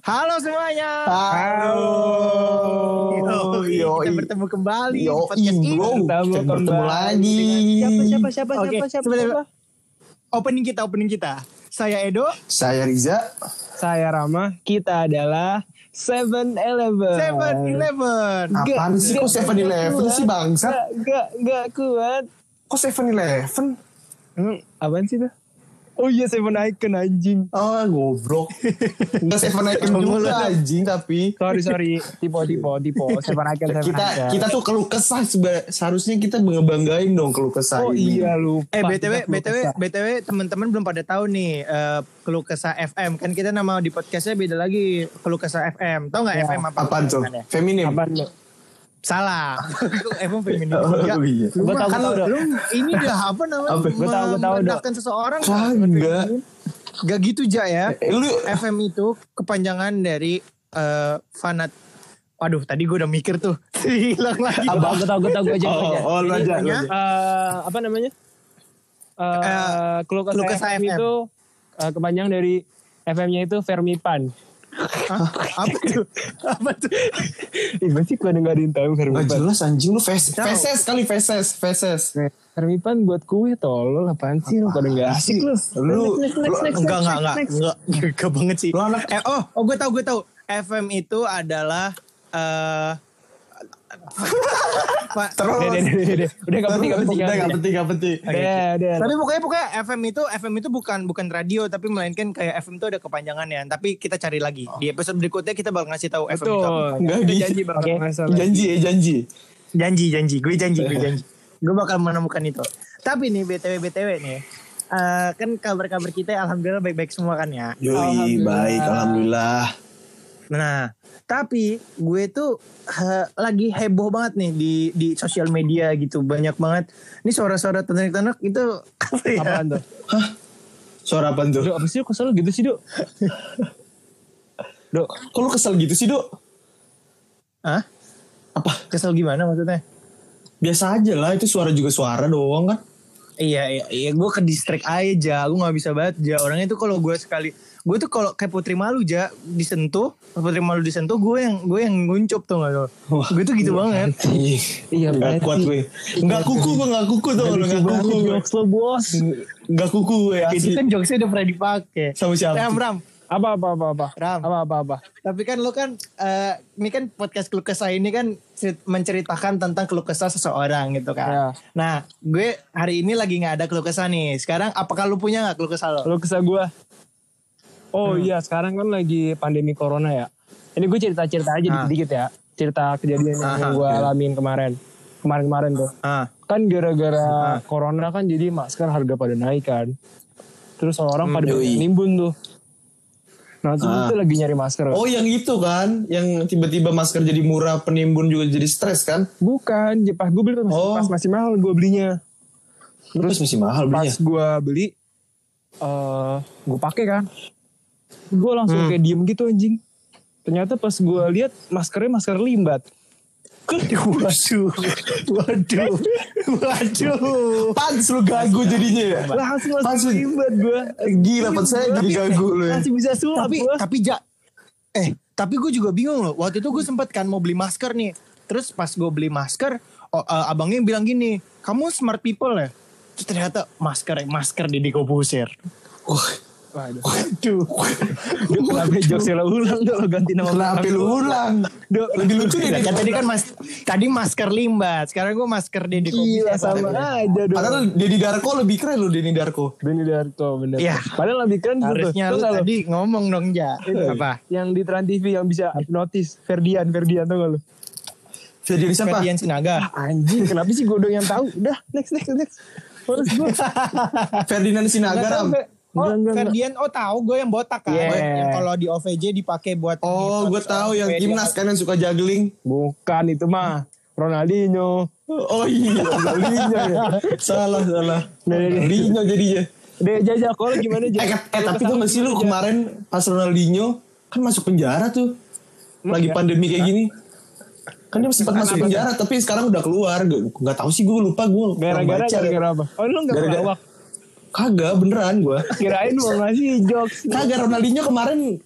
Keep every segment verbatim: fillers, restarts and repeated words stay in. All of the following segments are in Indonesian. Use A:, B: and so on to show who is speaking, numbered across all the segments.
A: Halo semuanya.
B: Halo.
A: Yo, yo, kita bertemu kembali
B: yo,
A: di podcast ini.
B: Bertemu, bertemu lagi.
C: Siapa siapa siapa
A: Oke,
C: siapa siapa,
A: sebentar.
C: siapa?
A: Opening kita, opening kita. Saya Edo.
B: Saya Riza.
C: Saya Rama. Kita adalah Seven Eleven.
A: Seven Eleven.
B: Apaan sih kok Seven Eleven sih bangsat?
C: Gak gak gak kuat.
B: Kok Seven Eleven?
C: Emang apaan sih tuh? Oh iya Seven Icon anjing.
B: Oh goblok. Enggak Seven Icon juga anjing tapi.
C: Sorry sorry. Tipo tipo tipo. Seven Icon Seven
B: Kita
C: Icon.
B: kita tuh keluh kesah seba- seharusnya kita ngebanggain dong keluh kesah
C: Oh
B: ini.
C: iya lupa.
A: Eh btw
C: Kita
A: btw
C: lupa.
A: btw teman-teman belum pada tahu nih uh, Keluh Kesah F M. Kan kita nama di podcastnya beda lagi, Keluh Kesah F M. Tahu nggak
C: Ya.
A: F M apa?
B: Apaan tuh?
A: Bukannya?
B: Feminim.
C: Apaan lu?
A: Salah. F M feminim.
B: Oh,
A: Enggak.
B: iya.
A: Lu
C: Gua tahu,
A: kan
C: gua tahu,
A: lu ini dah apa namanya?
B: Apa?
C: Gua tahu, gua tahu,
A: merendahkan seseorang.
B: Kagak.
A: Gak gitu Ja ya.
B: Eh, lu
A: F M itu kepanjangan dari uh, fanat. Waduh, tadi gue udah mikir tuh. Hilang lagi.
C: Apa? Gue tahu gue tahu gue aja.
B: Oh, oh, lu
A: Jadi
B: aja, lu
A: namanya,
B: aja.
C: Eh, apa namanya? Eh
A: Eh,
C: Keluh
A: Keluh
C: Kesah
A: Kesah
C: F M
A: F M.
C: itu eh, kepanjang dari F M-nya itu Fermipan.
A: Hah? Apa tuh? Apa tuh?
C: Ih, masih gue dengerin tahu
B: Gak
C: Fermipan.
B: jelas anjing lu Fes-
A: Tahu.
B: Feses kali Feses Feses.
C: Fermipan buat kue tolol apaan sih lu pada enggak asik lu.
B: Lu
C: Next, next,
B: lu-
C: next, next,
A: Enggak, enggak,
C: next,
A: enggak.
C: next.
A: Enggak, enggak banget sih.
B: Lu anak-
A: Eh, oh, oh gue tahu, gue tahu. F M itu adalah eh Pak.
B: terus.
C: Udah, udah, udah, udah. Udah gak penting, gak penting.
B: Udah
C: gak
B: gak
C: penting.
B: penting gak penting.
C: Udah, udah.
A: Tapi pokoknya pokoknya F M itu F M itu bukan bukan radio tapi melainkan kayak F M itu ada kepanjangannya. Tapi kita cari lagi. Di episode berikutnya kita bakal ngasih tahu F M itu apa.
C: Betul.
B: Enggak
C: Kita
B: di-
C: janji bakal
A: Oke.
C: ngasih.
B: Janji ya janji.
A: Janji, janji. Gue janji, gue janji. Gue bakal menemukan itu. Tapi nih B T W B T W nih. eh, kan kabar-kabar kita alhamdulillah baik-baik semua kan ya.
B: Yoi
C: Alhamdulillah.
B: baik alhamdulillah.
A: Nah, tapi gue tuh eh, lagi heboh banget nih di di sosial media gitu. Banyak banget. Ini suara-suara tenek-tenek itu apa ya?
C: Apaan tuh?
B: Suara apaan tuh?
C: Dok, apa sih lu kesel gitu sih, Dok? Dok,
B: Kok lu kesel gitu sih Dok?
A: Hah?
B: Apa?
A: Kesel gimana maksudnya?
B: Biasa aja lah itu suara juga suara doang kan.
A: Iya, iya, iya. Gue ke distract aja. Gue gak bisa banget, Ja. Orangnya tuh kalau gue sekali... Gue tuh kalau kayak Putri Malu, Ja. Disentuh. Putri Malu disentuh, gue yang gue yang nguncup tuh gak tuh. Gue tuh gitu banget.
C: iya
B: Gak kuat gue. Gak kuku gue gak kuku tuh. Gak kuku gue.
C: Jokes lo, Bos.
B: Gak kuku gue
A: Itu
B: asli.
A: kan jokesnya udah pernah dipakai.
B: Sama siapa?
A: Ram, Ram.
C: Apa apa apa apa?
A: Ram.
C: Apa apa apa?
A: Tapi kan lo kan... eh, ini kan podcast Keluh Kesah ini kan cerit- menceritakan tentang keluh kesah seseorang gitu kan.
C: Ya.
A: Nah, gue hari ini lagi gak ada keluh kesah nih. Sekarang apakah lu punya gak keluh kesah lo?
C: Lo kesah gue. Oh iya, sekarang kan lagi pandemi corona ya. Ini gue cerita-cerita aja
A: Ah.
C: dikit-dikit ya. Cerita kejadian
A: Ah,
C: yang gue
A: oke.
C: alamin kemarin. Kemarin-kemarin tuh.
A: Ah.
C: Kan gara-gara
A: Ah.
C: corona kan jadi masker harga pada naik kan. Terus orang
A: Hmm,
C: pada
B: yoi.
C: nimbun tuh. Nah terus
B: Ah.
C: itu lagi nyari masker.
B: Oh yang itu kan. Yang tiba-tiba masker jadi murah. Penimbun juga jadi stres kan.
C: Bukan, pas gue beli pas,
B: Oh.
C: pas masih mahal gue belinya.
B: Terus masih mahal
C: Pas
B: belinya.
C: gue beli, eh gue pakai kan. Gue langsung
A: Hmm.
C: kayak diem gitu anjing. Ternyata pas gue lihat maskernya masker limbat.
A: Waduh. Waduh. Waduh.
B: Pantes lu gagu jadinya ya.
C: Langsung masker
B: Langsung.
C: limbat gue.
B: Gila pas saya jadi gagu lu ya.
C: Langsung bisa sulap
A: tapi
C: gue.
A: tapi Ja eh tapi gue juga bingung loh. Waktu itu gue sempet kan mau beli masker nih. Terus pas gue beli masker, oh, eh, abangnya bilang gini, kamu smart people ya? Terus ternyata masker masker di Corbuzier.
C: Waduh.
A: Waduh.
C: Duh, kenapa jokesnya lo ulang dong, lo ganti nama
B: Kenapa lu ulang?
C: Duh,
B: Lebih lucu
A: Ya,
B: deh.
A: kan tadi kan mas, tadi masker limbat. Sekarang gue masker di
C: gila
A: Corbuzier.
C: sama aja dong.
B: Padahal Denny Darko lebih keren lu Denny Darko.
C: Benny Darko bener.
A: Iya.
C: Padahal lebih keren tuh.
A: Harusnya
C: Tuh
A: lu
C: nggak lo?
A: tadi ngomong dong Ja. Apa?
C: Yang di Trans T V yang bisa hipnotis. Ferdian, Ferdian tuh gak lo?
B: Jadi siapa?
A: Ferdian Sinaga.
C: Anjing, kenapa sih gue dong yang tahu? Udah, next, next, next. Harus gue.
B: Ferdinand Sinaga Ram.
A: Oh,
C: Enggak, enggak,
A: Ferdian, oh tahu gue yang botak kan,
C: Yeah.
A: yang kalau di O V J dipakai buat.
B: Oh gue tahu yang timnas kan yang suka juggling.
C: Bukan itu mah. Ronaldinho.
B: Oh iya Ronaldinho ya. Salah salah. Ronaldinho jadinya.
C: Udah jajah kalau gimana
B: Eh,
C: aja?
B: eh tapi tuh gak sih lu kemarin pas Ronaldinho kan masuk penjara tuh. Lagi pandemi kayak gini. Kan dia sempat masuk penjara tapi sekarang udah keluar. Gak, gak tahu sih gue lupa gue.
C: Gara-gara gara-gara apa? Oh lu gak
B: Gara-gara-
C: pelawak?
B: Kagak beneran gue.
C: Kirain mau ngasih jokes.
B: Kagak Ronaldinho kemarin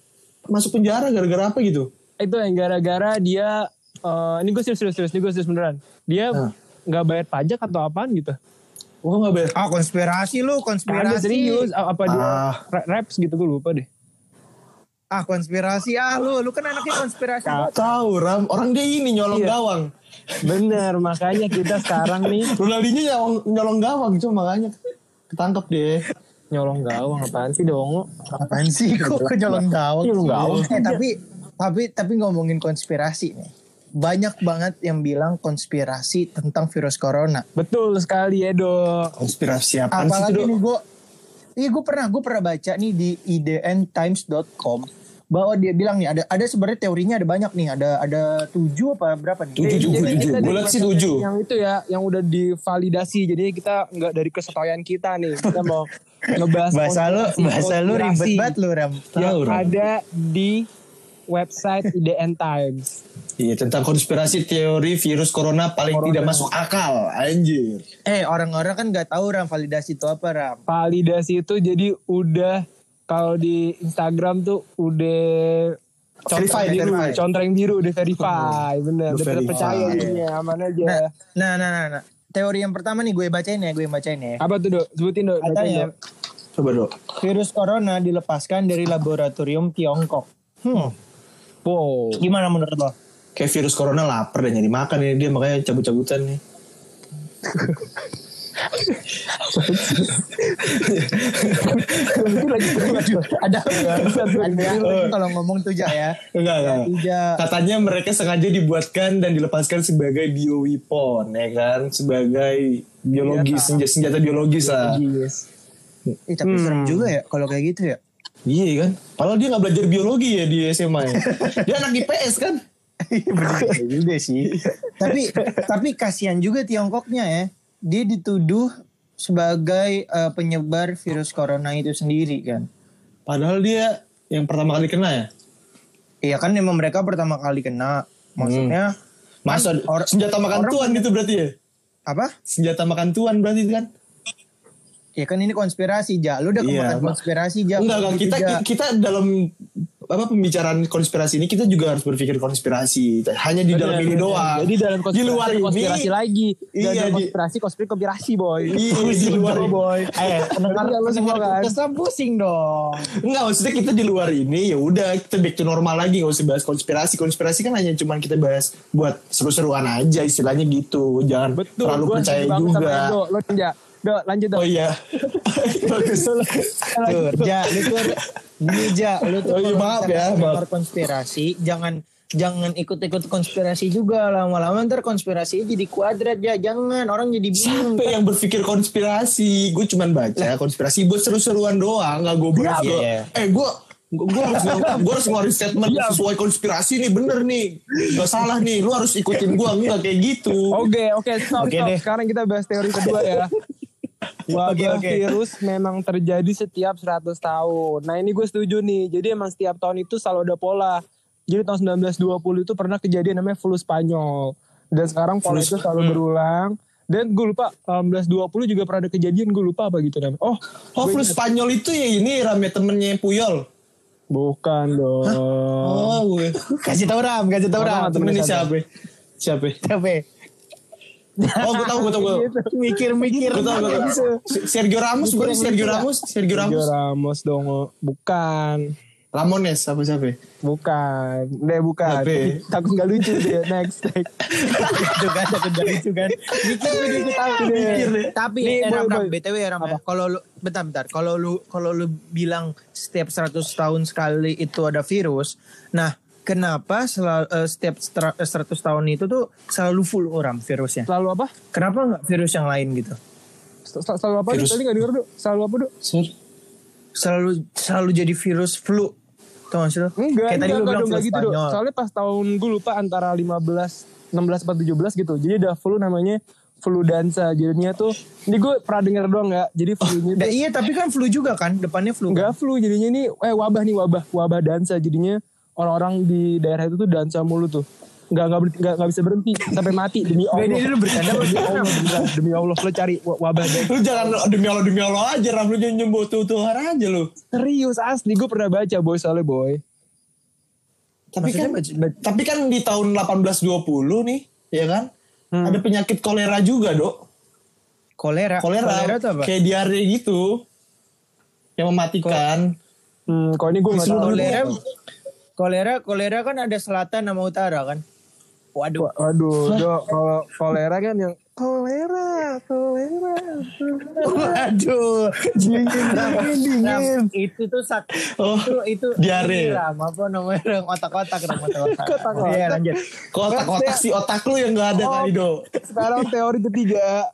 B: masuk penjara gara-gara apa gitu?
C: Itu yang gara-gara dia uh, ini gue serius-serius, ini gue serius beneran. Dia nggak nah. bayar pajak atau apaan gitu.
B: Oh nggak bayar?
A: Ah konspirasi lu, konspirasi.
C: Ada serius, apa dia
B: Ah.
C: raps gitu gue lupa deh.
A: Ah konspirasi ah lu, lu kan anaknya konspirasi.
B: Tahu Ram, orang dia ini nyolong
C: Iya.
B: gawang.
C: Bener, makanya kita sekarang nih
B: Ronaldinho nyolong, nyolong gawang, cuma makanya ketangkep deh.
C: nyolong gawang apaan sih Dongo?
A: Apaan sih kok ke nyolong gawang?
C: Nyolong gawang.
A: Eh, tapi tapi tapi ngomongin konspirasi nih. Banyak banget yang bilang konspirasi tentang virus corona.
C: Betul sekali Edo.
B: Konspirasi apaan sih
A: Apalagi
B: itu?
A: nih gue, iya gue pernah gue pernah baca nih di i d n times dot com bahwa dia bilang nih ada ada sebenarnya teorinya ada banyak nih, ada ada tujuh apa berapa nih?
B: Tujuh, tujuh,
C: Jadi
B: tujuh.
C: kita
B: Gue liat sih tujuh.
C: Yang itu ya, yang udah divalidasi. Jadi kita nggak dari kesotoyan kita nih. Kita mau ngebahas
A: Bahasa lu
C: konspirasi-
A: bahasa lu ribet
C: konspirasi
A: banget lu Ram.
C: yang
B: Tahu, Ram.
C: ada di website I D N Times.
B: Iya, tentang konspirasi teori virus corona paling
C: Corona.
B: tidak masuk akal, anjir.
A: Eh orang-orang kan nggak tahu Ram validasi itu apa Ram.
C: Validasi itu jadi udah kalau di Instagram tuh udah
B: Verify,
C: biru,
B: verify.
C: contreng biru udah verify, bener,
B: Udah
C: udah
B: verify.
C: percaya jadinya aman aja.
A: Nah, nah, nah, nah, nah. Teori yang pertama nih gue bacain ya, gue bacain ya.
C: Apa tuh Dok? Sebutin Dok. bacain,
A: Katanya
C: Dok.
B: Coba dong.
A: virus corona dilepaskan dari laboratorium Tiongkok. Hmm,
C: Wow.
A: gimana menurut lo?
B: Kayak virus corona lapar dan nyari makan ini dia makanya cabut-cabutan nih.
A: Ada, ada. Kalau ngomong tuh Ja ya.
B: Enggak, enggak.
A: Ja.
B: Katanya mereka sengaja dibuatkan dan dilepaskan sebagai bioweapon, ya kan? Sebagai biologis, senjata, senjata biologis lah.
C: Yes.
A: Eh, tapi serem juga ya kalau kayak gitu ya.
B: Iya kan? Padahal dia gak belajar biologi ya di S M A ya. Dia anak I P S kan?
A: Bener juga sih. tapi tapi kasihan juga Tiongkoknya ya. Dia dituduh sebagai eh, penyebar virus corona itu sendiri kan.
B: Padahal dia yang pertama kali kena ya.
A: Iya kan memang mereka pertama kali kena. Maksudnya
B: Masa
A: or-
B: senjata makan
A: orang-
B: tuan gitu berarti ya?
A: apa?
B: Senjata makan tuan berarti kan?
A: Ya kan ini konspirasi Ja. Lu udah
B: Iya,
A: kemakan
B: Mak.
A: konspirasi Ja.
B: Enggak, enggak. Kita
A: Ja.
B: kita dalam apa pembicaraan konspirasi ini kita juga harus berpikir konspirasi. Hanya di dalam ini doang.
C: Jadi dalam
B: di
C: konspirasi,
B: luar ini
C: konspirasi lagi.
B: Iya,
C: Iya,
B: di-
C: konspirasi, konspirasi, konspirasi boy.
B: Iya, di luar ini.
C: boy.
A: Eh, pendengar
C: Berarti lu semua kan.
A: Kesam pusing dong.
B: Enggak, maksudnya kita di luar ini ya udah kita back to normal lagi, nggak usah bahas konspirasi. Konspirasi kan hanya cuman kita bahas buat seru-seruan aja istilahnya gitu. Jangan
C: Betul.
B: terlalu
C: gua
B: percaya
C: setuju banget sama
B: juga.
C: Edo. Lo ja. Dok, lanjut Dok.
B: Oh iya. Bagus.
A: Tuh, Ja, lu tuh gini Ja, lu tuh
B: Oh iya,
A: kalau
B: maaf
A: misalkan
B: ya,
A: dengar
B: maaf.
A: konspirasi, jangan jangan ikut-ikut konspirasi juga, lama-lama ntar konspirasi jadi kuadrat ya, jangan orang jadi bingung.
B: Siapa yang berpikir konspirasi? Gue cuman baca konspirasi buat seru-seruan doang, nggak gue bahas.
A: Iya,
B: Gua-
A: iya.
B: Eh gue gue harus gue harus ngeluarin statement sesuai konspirasi nih, bener nih, nggak salah nih, lu harus ikutin gue, nggak kayak gitu.
C: Oke, oke, stop,
A: Oke
C: stop.
A: deh.
C: Sekarang kita bahas teori kedua ya. Wabah
A: Oke, oke.
C: virus memang terjadi setiap seratus tahun. Nah ini gue setuju nih. Jadi emang setiap tahun itu selalu ada pola. Jadi tahun sembilan belas dua puluh itu pernah kejadian namanya flu Spanyol. Dan sekarang pola
B: Flu-
C: itu selalu berulang. Dan gue lupa sembilan belas dua puluh juga pernah ada kejadian. Gue lupa apa gitu namanya. Oh,
B: Oh,
C: gue
B: flu
C: ingat.
B: Spanyol itu ya ini rame temennya Puyol.
C: Bukan dong.
B: Oh, gue.
A: Kasih tau Ram, kasih tau Ram.
B: Temen ini siapa? Siapa?
A: Siapa?
B: Oh, gue tahu, gue tahu.
A: Mikir-mikir.
B: Gue tahu, gue tahu. Sergio Ramos, bukan Sergio Ramos, Sergio
C: Sergio
B: Ramos.
C: Ramos dong. Bukan.
B: Ramones, apa siapa?
C: Bukan. Deh bukan.
B: Tapi-
C: Takut gak lucu deh. Next. next.
A: Itu kan, takut dari itu kan. Mikir nih, gue tahu.
B: Mikir deh.
A: Tapi
C: Nih,
A: eh,
C: boy,
A: Ram, Ram,
C: boy.
A: B T W ya Ram, ya. Kalau lu bentar bentar, kalau lu kalau lu bilang setiap seratus tahun sekali itu ada virus. Nah, kenapa selalu, eh, setiap stra- eh, seratus tahun itu tuh selalu full orang virusnya?
C: Selalu apa?
A: Kenapa nggak virus yang lain gitu?
C: Sel- Selalu apa?
B: Virus.
C: Tadi gak denger dulu. Selalu apa dulu?
A: Selalu selalu jadi virus flu. Tau gak sih lu?
C: Enggak,
A: Kayak
C: enggak,
A: tadi lu
C: enggak,
A: bilang
C: enggak
A: flu
C: gitu dong.
A: Spanyol.
C: Soalnya pas tahun gue lupa antara lima belas, enam belas, atau tujuh belas gitu. Jadi ada flu namanya flu dansa. Jadinya tuh, ini gue pernah denger doang gak? Jadi flu-nya
A: Nah,
C: tuh,
A: iya tapi kan flu juga kan, depannya flu.
C: enggak flu. Jadinya ini, eh wabah nih wabah. Wabah dansa. Jadinya orang-orang di daerah itu tuh dansa mulu tuh. Enggak, enggak, berhenti- enggak, enggak bisa berhenti. Sampai mati demi
A: Gak,
C: Allah.
A: ini lu bercanda apa
C: Demi
A: beneran?
C: Allah, beneran. Demi Allah. Lo cari wa- wabah dansa.
B: Lu jangan demi Allah demi Allah aja, Ram, lu jangan nyembuh tuh Tuhan aja lu.
C: Serius asli. Gue pernah baca boy soalnya boy.
B: Tapi
A: Maksudnya
B: kan,
A: baca- baca-
B: tapi kan di tahun delapan belas dua puluh nih, ya kan?
C: Hmm.
B: Ada penyakit kolera juga, Dok.
A: kolera.
B: Kolera,
A: itu apa?
B: kayak diare gitu. Yang mematikan.
C: Hmm, kalau ini gue nggak tahu.
A: Kolera, kolera, kolera kan ada selatan sama utara kan. Waduh.
C: Waduh, Dok, kalau kolera kan yang kolera, kolera, kolera.
A: Waduh.
C: dingin, dingin, dingin.
A: Itu tuh sak.
B: Oh,
A: itu itu
B: diare.
A: ini, Ram, apa namanya? Ram, otak-otak, Ram, otak-otak.
C: Kotak-kotak.
A: Iya, lanjut.
B: Kok otak-otak si otak lu yang gak ada
C: Oh.
B: kali, Dok.
C: Sekarang teori ketiga.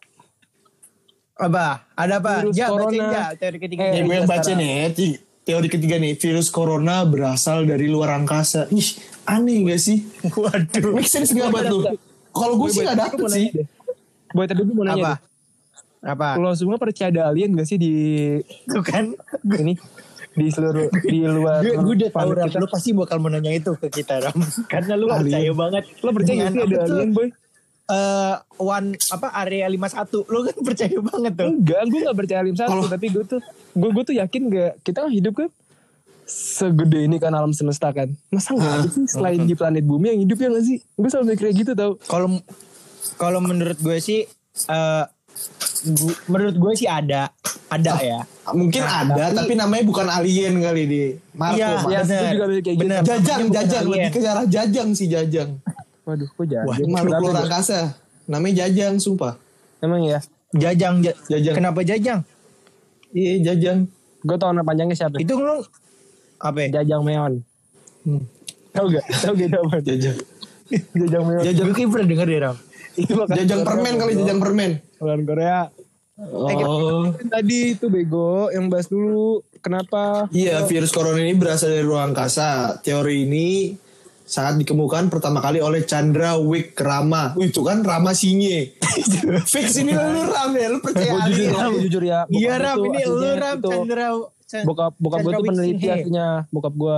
A: Apa? Ada apa?
C: Virus
A: Ja, bacain
C: corona.
A: ja. Teori ketiga.
C: Eh,
B: Nih gue yang baca
A: sekarang.
B: nih ya, ti- teori ketiga nih, virus corona berasal dari luar angkasa. Ih, aneh gak sih?
A: Waduh.
B: Make sense gak buat lu? Kalau gue sih gak dapet sih.
C: Boy, tadi gue mau nanya
A: Apa?
C: deh.
A: Apa?
C: Lo semua percaya ada alien gak sih di
A: Tuh kan.
C: ini di seluruh di luar
A: Gue gue udah tahu
C: planet
A: Ram,
C: kita?
A: lu pasti bakal menanya itu ke kita Ram. Karena lu percaya banget.
C: Lo percaya gak
A: Dengan
C: sih ada
A: apa tuh?
C: alien, Boy?
A: Eh, one apa area lima puluh satu lu kan percaya banget tuh.
C: Enggak, gue gak percaya alim satu,
B: Kalau-
C: tapi gue tuh gue gue tuh yakin gak kita kan hidup kan segede ini kan alam semesta kan. Masa gak ada sih selain di planet bumi yang hidup ya gak sih? Gue selalu mikir kayak gitu tau.
A: Kalau kalau menurut gue sih eh gu- menurut gue sih ada ada ya.
B: Mungkin ada, tapi, namanya bukan alien kali di Marco.
A: Iya,
B: Mas.
C: Ya,
A: bener.
C: gue juga mikir kayak
A: Bener.
C: gitu.
B: Jajang,
A: Bukan
B: jajang.
A: alien.
B: Lebih ke arah jajang sih, jajang.
C: Waduh, kok jadi?
B: Wah, makhluk luar angkasa. Namanya jajang, sumpah.
C: Emang ya?
A: Jajang, ja-
B: Jajang.
A: Kenapa jajang?
B: Iya, jajang.
C: Gue tau nama panjangnya siapa?
A: Itu lu apa ya?
C: Jajang Meon.
B: Hmm.
C: Tau gak? Tau gak itu apa?
B: Jajang.
C: Jajang Meon.
B: Jajang.
A: Gue kayak pernah denger deh Ram.
C: Itu makanan
B: Jajang
C: Korea,
B: permen kali,
C: bego.
B: jajang permen.
C: Makanan Korea.
B: Oh.
C: Tadi itu bego yang bahas dulu. Kenapa?
B: Iya, virus corona ini berasal dari ruang angkasa. Teori ini sangat dikemukakan pertama kali oleh Chandra Wikrama. Wih, itu kan Rama Sinye. Fix ini lu Ram ya, lu percaya
C: Gue jujur,
B: alien.
C: gue jujur ya.
A: Iya
C: bokap
A: Ram,
C: gua tuh
A: ini lu
C: aslinya
A: Ram
C: itu-
A: Chandra. Chan-
C: Bokap bokap gue
A: Chandra
C: tuh peneliti
A: Wicksihe.
C: aslinya. Bokap gue.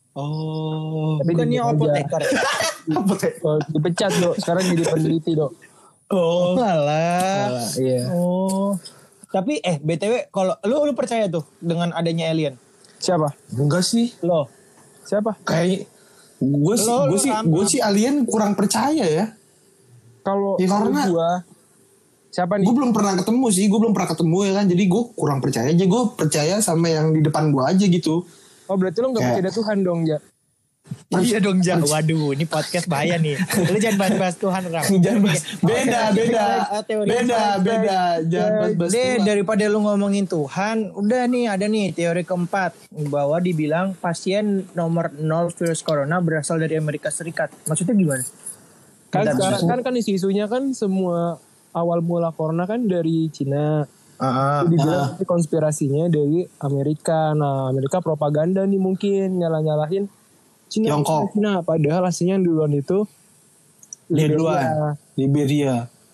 B: Oh.
C: Tapi
A: Bukannya
C: dipecat aja.
A: apoteker.
B: Apa teh?
C: Oh, dipecat dok. Sekarang jadi peneliti dok.
B: Oh.
A: Malah.
C: Ah, iya.
A: Oh. Tapi eh B T W kalau lu lu percaya tuh dengan adanya alien?
C: Siapa?
B: Enggak sih.
A: Lo.
C: Siapa?
B: Kayak gue sih,
A: Lo,
B: gue
A: lo
B: sih,
A: Ram,
B: gue
A: Ram.
B: sih alien kurang percaya ya.
C: Kalau
B: Ya, karena-
C: gue siapa nih?
B: Gue belum pernah ketemu sih, gue belum pernah ketemu ya kan. Jadi gue kurang percaya aja. Gue percaya sama yang di depan gue aja gitu.
C: Oh berarti lo nggak
B: Kayak-
C: percaya ada Tuhan dong ya?
A: Iya dong Jan. Waduh, ini podcast bahaya nih. Lu jangan bahas-bahas Tuhan Ram.
B: Jangan bahas. Beda,
A: Oke,
B: beda,
A: kita, uh, teori
B: beda,
A: Tuhan.
B: beda. Jangan bahas-bahas
A: Deh,
B: Tuhan.
A: daripada lu ngomongin Tuhan, udah nih ada nih teori keempat bahwa dibilang pasien nomor nol virus corona berasal dari Amerika Serikat. Maksudnya gimana?
C: Kan
A: Bentar,
C: sekarang
A: bentar.
C: kan kan isu-isunya kan semua awal mula corona kan dari Cina.
A: Ah,
C: Itu dibilang itu konspirasinya dari Amerika. Nah Amerika propaganda nih mungkin nyalah-nyalahin Cina.
B: Tiongkok.
C: Cina. Padahal aslinya yang duluan itu
B: Dia
C: Liberia.
B: duluan. Liberia.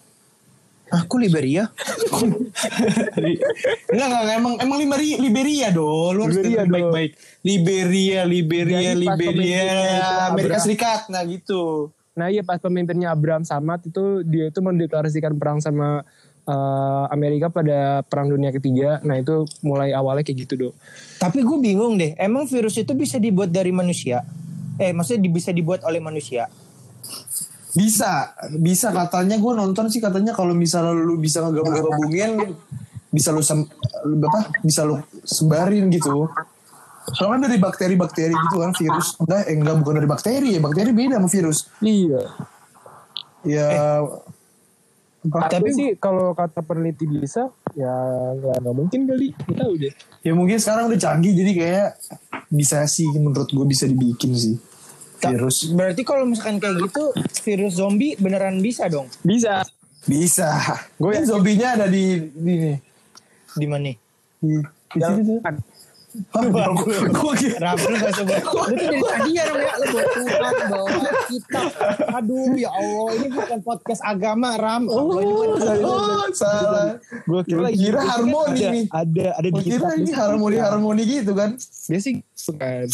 A: aku Liberia.
B: Enggak, enggak, enggak. Emang, emang Liberia, Liberia dong. Lu harus
C: Liberia
B: dengerin
C: dong.
B: baik-baik. Liberia, Liberia,
C: Jadi pas
B: Liberia.
C: pemimpinnya itu
B: Amerika
C: Abraham.
B: Serikat. Nah gitu.
C: Nah iya pas pemimpinnya Abraham Samad itu dia itu mendeklarasikan perang sama eh, Amerika pada perang dunia ketiga. Nah itu mulai awalnya kayak gitu dong.
A: Tapi gue bingung deh, emang virus itu bisa dibuat dari manusia? Eh, maksudnya di- bisa dibuat oleh manusia?
B: Bisa, bisa katanya gue nonton sih katanya kalau misalnya lu bisa ngegabung-gabungin bisa lu sem, apa? Bisa lu sebarin gitu. Soalnya kan dari bakteri-bakteri gitu kan virus. Enggak, eh, enggak bukan dari bakteri ya. Bakteri beda sama virus.
C: Iya.
B: Ya apa?
C: Tapi sih kalau kata peneliti bisa ya nggak nggak mungkin kali. Nggak tahu deh.
B: Ya mungkin sekarang udah canggih jadi kayak bisa sih menurut gue bisa dibikin sih virus.
A: Berarti kalau misalkan kayak gitu, virus zombie beneran bisa dong?
C: Bisa.
B: Bisa. Gue yang zombinya ada di di nih.
A: Di mana nih?
B: Di, di sini tuh. Gue kira
A: Ram, lu gak sebut. Lu tuh dari tadi ya Ram ya. Lu bawa Tuhan, bawa kitab. Aduh ya Allah. Ini bukan podcast agama Ram. Allah, ini bukan-
B: oh, salah.
C: Gue
B: Gua kira harmoni
C: ada,
B: nih.
C: Ada ada di
B: Gue kira
C: kitab.
B: ini harmoni-harmoni gitu kan.
C: Biasa gitu kan.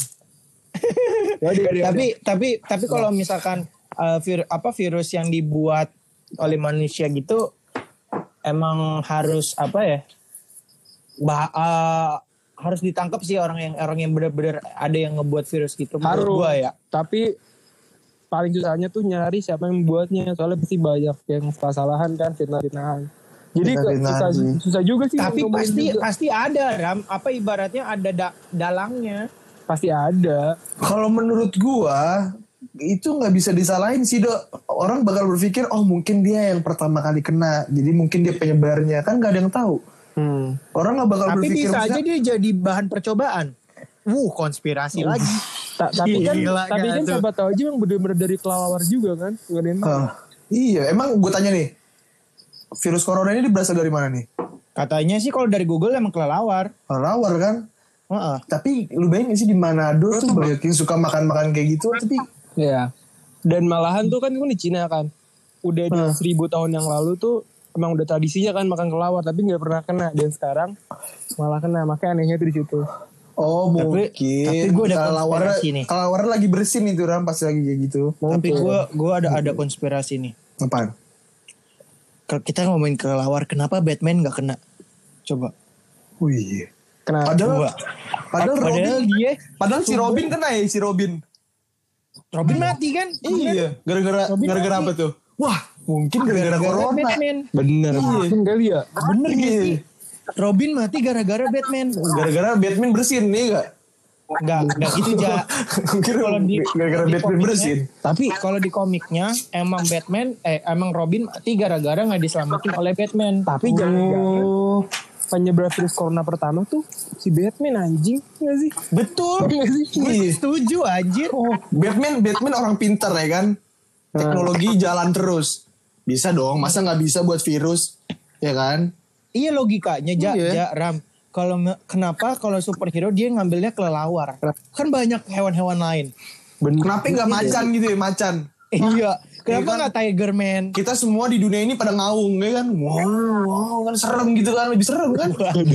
C: Ya, dia- dia-
A: Tapi tapi tapi kalau misalkan uh, vir, apa virus yang dibuat oleh manusia gitu emang harus apa ya? Bah, uh, harus ditangkap sih orang yang orang yang benar-benar ada yang ngebuat virus gitu.
C: Harus.
A: Menurut gua ya.
C: Tapi paling susahnya tuh nyari siapa yang membuatnya. Soalnya pasti banyak yang kesalahan kan, fitnah-fitnahan. Jadi ke, susah, susah juga sih.
A: Tapi pasti
C: juga.
A: pasti ada Ram. Apa ibaratnya ada da- dalangnya.
C: Pasti ada.
B: Kalau menurut gua itu nggak bisa disalahin sih Dok. Orang bakal berpikir oh mungkin dia yang pertama kali kena. Jadi mungkin dia penyebarnya. Kan gak ada yang tahu.
C: Hmm.
B: Orang gak bakal
A: Tapi
B: berpikir.
A: bisa aja dia jadi bahan percobaan. Wuh konspirasi uh. lagi.
C: Ta- tapi kan,
A: Gila,
C: tapi kan
A: tuh.
C: siapa tahu aja yang bener-bener dari kelelawar juga kan. Gak ada yang tahu.
B: Uh, iya emang gue tanya nih. Virus corona ini berasal dari mana nih?
A: Katanya sih kalau dari Google emang kelelawar.
B: Kelelawar kan?
A: Uh-uh.
B: Tapi lu bayangin sih di Manado tuh banyak yang suka makan-makan kayak gitu. Tapi
C: Iya. Dan malahan tuh kan kan di Cina kan. Udah di
B: Hmm.
C: seribu tahun yang lalu tuh emang udah tradisinya kan makan kelawar tapi nggak pernah kena. Dan sekarang malah kena. Makanya anehnya tuh di situ.
B: oh
A: Tapi-
B: mungkin.
A: tapi gua ada
B: kelelawar
A: konspirasi nih.
B: kelelawar lagi bersin itu Ram pas lagi kayak gitu.
A: Tapi
C: Mungkin.
A: gue gue ada ada konspirasi nih.
B: Apaan?
A: Kalau kita ngomongin kelelawar, kenapa Batman nggak kena? Coba.
B: Wih.
C: Kenapa?
B: Padahal,
A: Gua.
B: padahal,
A: Padahal
B: Robin,
A: dia
B: padahal si Robin kena ya si Robin.
A: Robin mati kan?
B: Iya. Gara-gara
A: Robin
B: gara-gara
A: mati.
B: apa tuh? Wah, mungkin gara-gara corona.
A: Batman.
C: Bener. Mungkin kali ya.
A: Bener gak
B: Iya.
A: sih? Robin mati gara-gara Batman.
B: Gara-gara Batman bersin nih gak?
A: Enggak, enggak gitu ja.
B: Mungkin
A: Kalau di-
B: gara-gara
A: di
B: Batman
A: komiknya-
B: bersin.
A: Tapi kalau di komiknya emang Batman, eh emang Robin mati gara-gara nggak diselamatin oleh Batman.
C: Tapi jangan-jangan
B: Oh.
C: penyebar virus corona pertama tuh si Batman anjing nggak sih?
A: Betul.
C: Nggak sih?
B: Iya.
A: Setuju anjir.
B: Oh, Batman Batman orang pintar ya kan? Teknologi jalan terus. Bisa dong, masa nggak bisa buat virus? Ya kan?
A: Iya logikanya ja,
B: Iya.
A: ja Ram. Kalau me- kenapa kalau superhero dia ngambilnya kelelawar? Kan banyak hewan-hewan lain.
B: Kenapa nggak macan gitu ya, macan?
A: Iya. Kenapa
B: kan?
A: nggak Tiger Man?
B: Kita semua di dunia ini pada ngaung ya kan? Wow, wow kan serem gitu kan, lebih serem kan?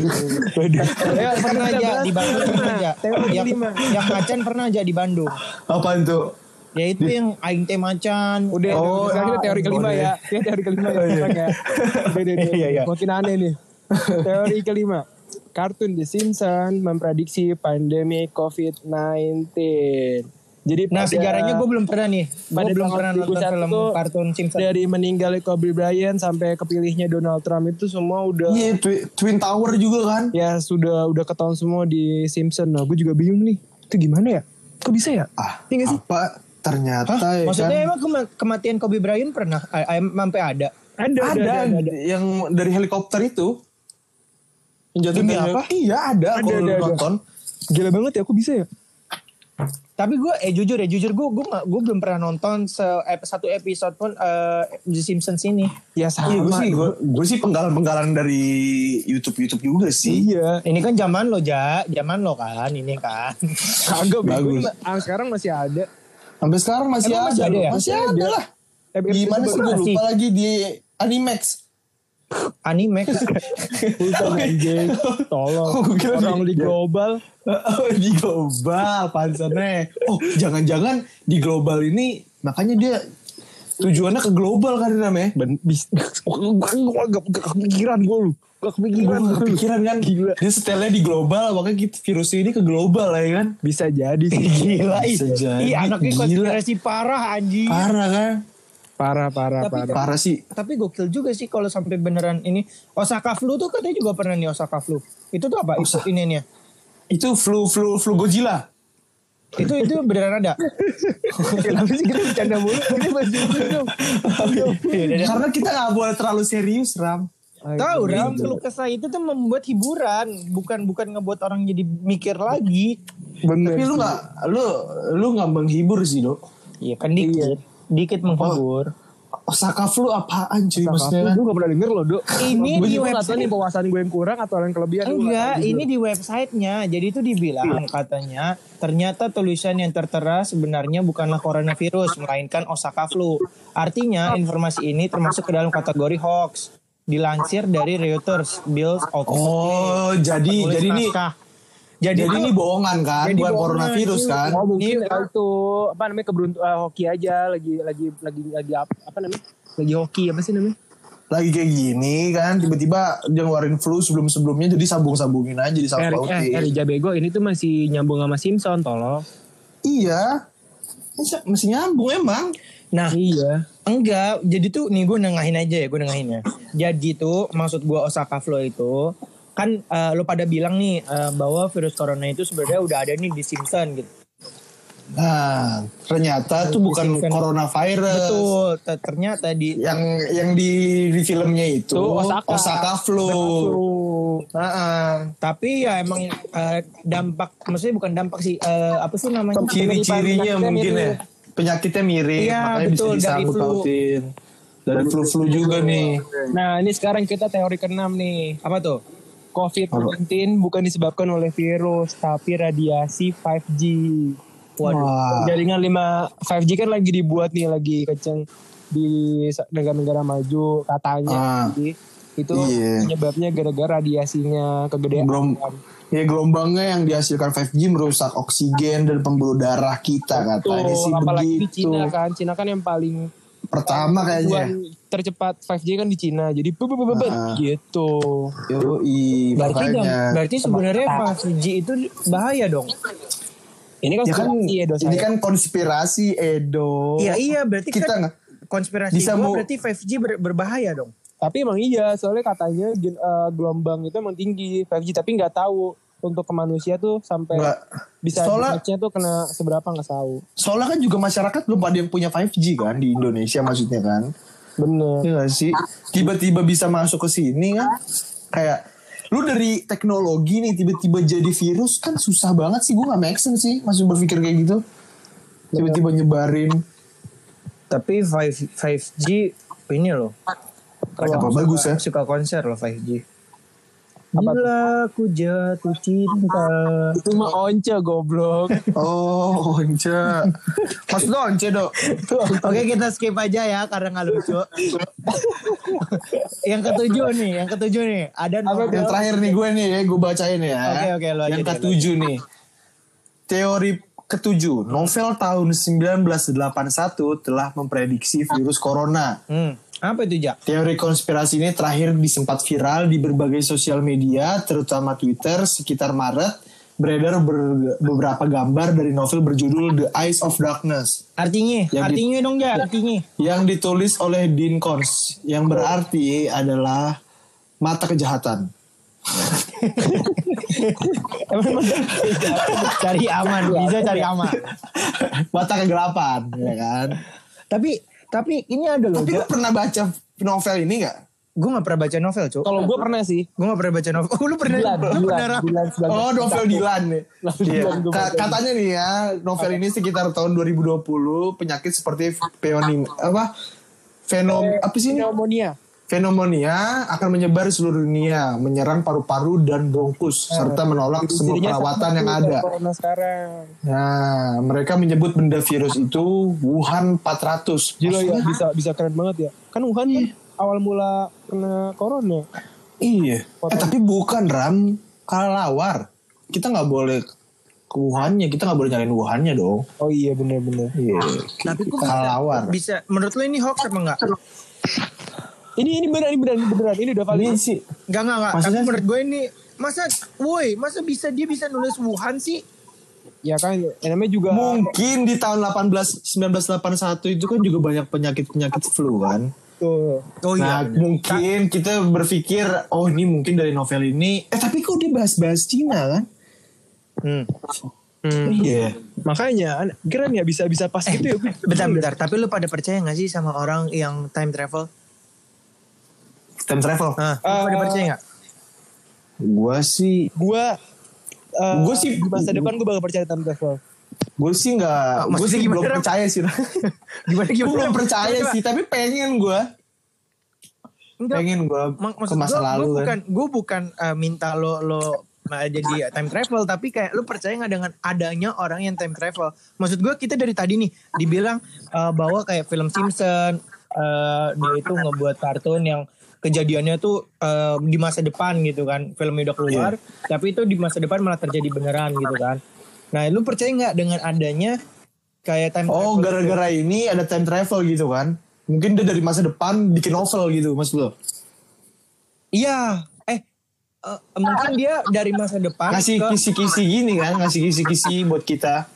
A: Ya, pernah aja di Bandung pernah aja.
C: Teori
A: Yang,
C: kelima.
A: yang macan pernah aja di Bandung.
B: Apaan tuh?
A: Ya itu yang aing teh macan.
C: Udah,
B: Oh,
C: oh, sekarang kita teori kelima
B: boleh.
C: ya. Kita teori kelima ya. Sekarang ya. Udah, udah, udah.
A: Iya, iya.
C: Makin aneh nih. Teori kelima. Kartun The Simpsons memprediksi pandemi covid sembilan belas. Jadi
A: Nah
C: pada-
A: sejarahnya gue belum pernah nih. Gue
C: pada
A: belum
C: tanggal
A: pernah
C: tiga
A: nonton
C: puluh satu
A: film
C: tuh
A: kartun Simpsons.
C: dari meninggalnya Kobe Bryant sampai kepilihnya Donald Trump itu semua udah
B: Iya, Twi- Twin Tower juga kan?
C: ya sudah udah ketahuan semua di Simpsons. Nah, gue juga bingung nih. Itu gimana ya? Kok bisa ya?
B: Ah,
C: Iya nggak sih?
B: apa? Ternyata ya
A: Maksudnya
B: kan?
A: emang kema- kematian Kobe Bryant pernah? Eh, eh, sampai ada?
C: Ada,
B: Ada,
C: ada, ada.
B: yang dari helikopter itu. Yang jatuh
A: Demi
B: dari-
A: apa?
B: Iya ada,
C: Ada,
B: kalau
C: ada,
B: lu
C: ada.
B: nonton.
C: Gila banget ya, kok bisa ya?
A: Tapi gue eh jujur ya jujur gue gue gue belum pernah nonton se ep- satu episode pun eh, The Simpsons ini.
C: Ya sama.
B: Iya, gue sih, gue, gue sih penggalan-penggalan dari YouTube-YouTube juga sih.
C: Iya.
A: Ini kan zaman lo ja, zaman lo kan ini kan.
C: Kagak
B: Bagus.
C: bagus. Ah, sekarang masih ada.
B: Sampai sekarang masih
A: Emang
B: ada,
A: masih ada ya?
B: masih ada lah.
C: Eh,
B: Gimana
C: itu
B: sih gue
A: masih.
B: lupa lagi di Animax.
A: Anime.
C: Bukan anjing. Tolong.
B: Oh, gue kira
C: Orang
B: di-
C: di global.
B: Oh, di global pansannya. Oh, jangan-jangan di global ini makanya dia tujuannya ke global kan namanya.
C: Ben, bis, gak, gak, gak kepikiran gue lu. Gak kepikiran.
B: Gue kepikiran kan
C: Gila.
B: dia setelnya di global makanya kita, virusnya ini ke global ya kan.
C: Bisa jadi sih.
A: Gila ih.
B: Bisa jadi.
A: Ih anaknya
B: Gila.
A: konspirasi parah anjing.
B: Parah kan?
C: Parah, parah,
A: Tapi-
C: parah.
B: Parah sih.
A: Tapi gokil juga sih kalau sampai beneran ini Osaka flu tuh katanya juga pernah nih Osaka flu. Itu tuh apa? Itu ininya.
B: Itu flu flu flu Godzilla.
A: Itu itu beneran ada.
C: Kenapa sih kita bercanda mulu? Ini masih dong.
B: Karena kita nggak boleh terlalu serius, Ram.
A: Tahu Ram, keluh kesah itu tuh membuat hiburan, bukan bukan ngebuat orang jadi mikir lagi.
C: Bener.
B: Tapi lu nggak lu lu nggak menghibur sih, Dok.
A: Iya kan dikit, dikit menghibur.
B: Osaka flu apaan cuy maksudnya kan?
C: Gue gak pernah denger loh, Dok.
A: Ini
C: Gue
A: di
C: juga gak tahu
A: website
C: nih pewawasan gue yang kurang atau yang kelebihan. Gua nggak
A: enggak,
C: tahu juga.
A: ini di websitenya. Jadi itu dibilang katanya ternyata tulisan yang tertera sebenarnya bukanlah coronavirus melainkan Osaka flu. Artinya informasi ini termasuk ke dalam kategori hoax. Dilansir dari Reuters, Bills of
B: Oh, jadi
A: Penulis
B: jadi ini
A: naskah.
B: jadi,
A: Jadi,
B: ini bohongan kan,
A: jadi
B: bukan
A: bohongan,
B: coronavirus
A: iya.
B: kan?
C: Oh mungkin
A: Ini-
C: itu apa namanya keberuntungan hoki aja lagi lagi lagi lagi apa, apa namanya lagi hoki apa sih namanya
B: lagi kayak gini kan, tiba-tiba dia ngeluarin flu sebelum-sebelumnya, jadi sambung-sambungin aja di
C: Eh,
B: sangkut
C: eh, Elijah Bego ini tuh masih nyambung sama Simpson tolong.
B: Iya, masih, masih nyambung emang.
A: Nah,
C: Iya.
A: enggak. Jadi tuh nih gue nengahin aja ya, gue nengahin ya. Jadi tuh maksud gue Osaka Flu itu kan eh, lo pada bilang nih eh, bahwa virus corona itu sebenarnya udah ada nih di Simpson gitu.
B: Nah, ternyata tuh bukan
A: Simpson.
B: coronavirus.
A: Betul. T- Ternyata di
B: Yang yang di, di filmnya itu
C: Tuh, Osaka.
B: Osaka flu.
A: Nah, tapi ya emang eh, dampak, maksudnya bukan dampak sih, eh, apa sih namanya?
B: Ciri-cirinya
C: Penyakitnya
B: mungkin
C: mirip.
B: ya. Penyakitnya mirip,
A: Iya,
B: makanya
A: betul,
B: bisa
A: dari
B: disangkut
A: flu.
B: pautin. Dari flu-flu juga nih.
C: Nah, ini sekarang kita teori keenam nih.
A: Apa tuh?
C: covid sembilan belas bukan disebabkan oleh virus, tapi radiasi lima G. Waduh.
B: Wah.
C: Jaringan lima lima G kan lagi dibuat nih, lagi kenceng di negara-negara maju katanya.
B: Ah.
C: Jadi, itu
B: Iya.
C: penyebabnya gara-gara radiasinya kegedean.
B: Gelom- ya gelombangnya yang dihasilkan lima G merusak oksigen dan pembuluh darah kita, katanya
C: Tuh,
B: sih
C: apalagi di
B: begitu.
C: Cina kan. Cina kan yang paling
B: Pertama kayaknya.
C: tujuan tercepat lima G kan di Cina. Jadi bebet
B: Ah.
C: gitu.
B: Yoi,
A: Berarti dong,
B: makanya.
A: berarti sebenarnya lima G itu bahaya dong.
C: Ini kan
B: Ya kan,
C: konspirasi ya dosa.
B: ini kan konspirasi Edo.
A: Iya iya berarti
B: Kita
A: kan
B: nggak
A: konspirasi
B: bisa
A: gua
B: mau-
A: berarti lima G ber- berbahaya dong.
C: Tapi emang iya, soalnya katanya gen- eh, gelombang itu emang tinggi lima G, tapi nggak tahu untuk ke manusia tuh sampai
B: Nggak.
C: bisa
B: Soalnya-
C: damage-nya tuh kena seberapa nggak tahu.
B: Soalnya kan juga masyarakat belum ada yang punya lima G kan di Indonesia maksudnya kan.
C: Bener.
B: Iya gak sih? Tiba-tiba bisa masuk ke sini kan. Kayak lu dari teknologi nih tiba-tiba jadi virus kan susah banget sih. Gue gak make sense sih masih berpikir kayak gitu. Tiba-tiba nyebarin.
A: Tapi lima G ini loh.
B: Apa bagus ya?
A: Suka konser loh lima G.
C: Apa
A: Bila ku jatuh cinta.
C: Itu mah once goblok.
B: Oh, Once. Maksud lu Once dok?
A: Oke kita skip aja ya karena nggak lucu. Yang ketujuh nih, yang ketujuh nih ada novel.
B: Yang terakhir nih gue nih ya, gue bacain ya.
A: Oke, oke, lo aja
B: Yang
A: deh, lo
B: ketujuh nih. Teori ketujuh, novel tahun sembilan belas delapan puluh satu telah memprediksi virus corona.
A: Hmm, apa itu Jak?
B: Teori konspirasi ini terakhir disempat viral di berbagai sosial media, terutama Twitter, sekitar Maret. Beredar ber- beberapa gambar dari novel berjudul The Eyes of Darkness
A: Artinya,
B: Yang di-
A: artinya dong Jak, artinya.
B: yang ditulis oleh Dean Koontz, yang berarti adalah mata kejahatan.
A: Emang cari aman, bisa cari aman.
B: Mata kegelapan, ya kan?
A: Tapi tapi ini ada loh.
B: Tapi lu
A: Jak.
B: pernah baca novel ini gak?
A: Gue gak pernah baca novel, Cuk.
C: Kalau gue pernah sih.
A: Gue gak pernah baca novel. Oh, lu pernah?
C: Dilan,
A: lu
C: Dilan,
A: pernah? Ram?
C: Dilan sebagai
B: Oh, novel
C: takut.
B: Dylan nih.
C: Novel
B: Iya.
C: Dylan gua
B: Ka-
C: baca.
B: katanya nih ya, novel ini sekitar tahun dua ribu dua puluh penyakit seperti peonim apa? Fenom apa sih ini?
C: Pneumonia.
B: Pneumonia akan menyebar di seluruh dunia, menyerang paru-paru dan bronkus serta menolak semua
C: Jadinya
B: perawatan
C: sama
B: yang
C: tuh
B: ada.
C: kayak Corona sekarang.
B: Nah, mereka menyebut benda virus itu Wuhan empat ratus.
C: Gila ya,
B: Maksudnya-
C: bisa bisa keren banget ya. Kan Wuhan kan awal mula kena corona.
B: Iya. Eh, tapi bukan Ram, kelelawar. Kita nggak boleh ke Wuhannya, kita nggak boleh nyalain Wuhannya dong.
C: Oh iya benar-benar.
B: Iya.
A: Tapi kok
B: kelelawar.
A: bisa, menurut lu ini hoax apa enggak?
C: Ini ini beneran ini beneran ini beneran ini udah valid.
B: Ini sih
A: Enggak, enggak, enggak. Tapi
B: Maksudnya-
A: menurut gue ini, masa, woi, masa bisa dia bisa nulis Wuhan sih?
C: Ya kan, ya namanya juga
B: mungkin di tahun delapan belas sembilan belas delapan puluh satu itu kan juga banyak penyakit-penyakit flu kan.
C: tuh.
A: Oh
B: Nah,
A: iya.
B: mungkin kita berpikir oh ini mungkin dari novel ini. Eh tapi kok dia bahas-bahas Cina kan?
A: Hmm. Hmm.
B: Iya.
C: Makanya an- keren ya bisa bisa pas
A: Eh,
C: gitu ya.
A: bentar, bentar. Tapi lu pada percaya gak sih sama orang yang time travel?
B: Time travel.
A: Hah, lu
C: Eh,
A: pada percaya gak?
B: Gua sih
C: Gua eh,
B: Gua sih-
C: di masa depan gue bakal percaya time travel.
B: gue sih nggak,
A: Ah,
B: gue
A: maksudnya
B: sih
A: gimana,
B: belum
A: Ram?
B: percaya sih.
A: Gimana,
B: Gue
A: gimana?
B: belum percaya
A: Coba,
B: sih, tapi pengen gue,
A: Enggak,
B: pengen gue
A: mak-
B: ke
A: maksud
B: masa
A: gue,
B: lalu
A: gue
B: kan.
A: bukan, gue bukan eh, minta lo lo eh, jadi time travel, tapi kayak lu percaya nggak dengan adanya orang yang time travel? Maksud gue kita dari tadi nih dibilang eh, bahwa kayak film Simpson eh, dia itu ngebuat kartun yang kejadiannya tuh eh, di masa depan gitu kan, filmnya udah keluar, tapi itu di masa depan malah terjadi beneran gitu kan. Nah, lu percaya nggak dengan adanya kayak time
B: Oh,
A: travel?
B: gara-gara ini ada time travel gitu kan? Mungkin dia dari masa depan bikin novel gitu maksud lo.
A: Iya, eh uh, mungkin dia dari masa depan
B: Ngasih
A: ke,
B: kisi-kisi gini kan, ngasih kisi-kisi buat kita.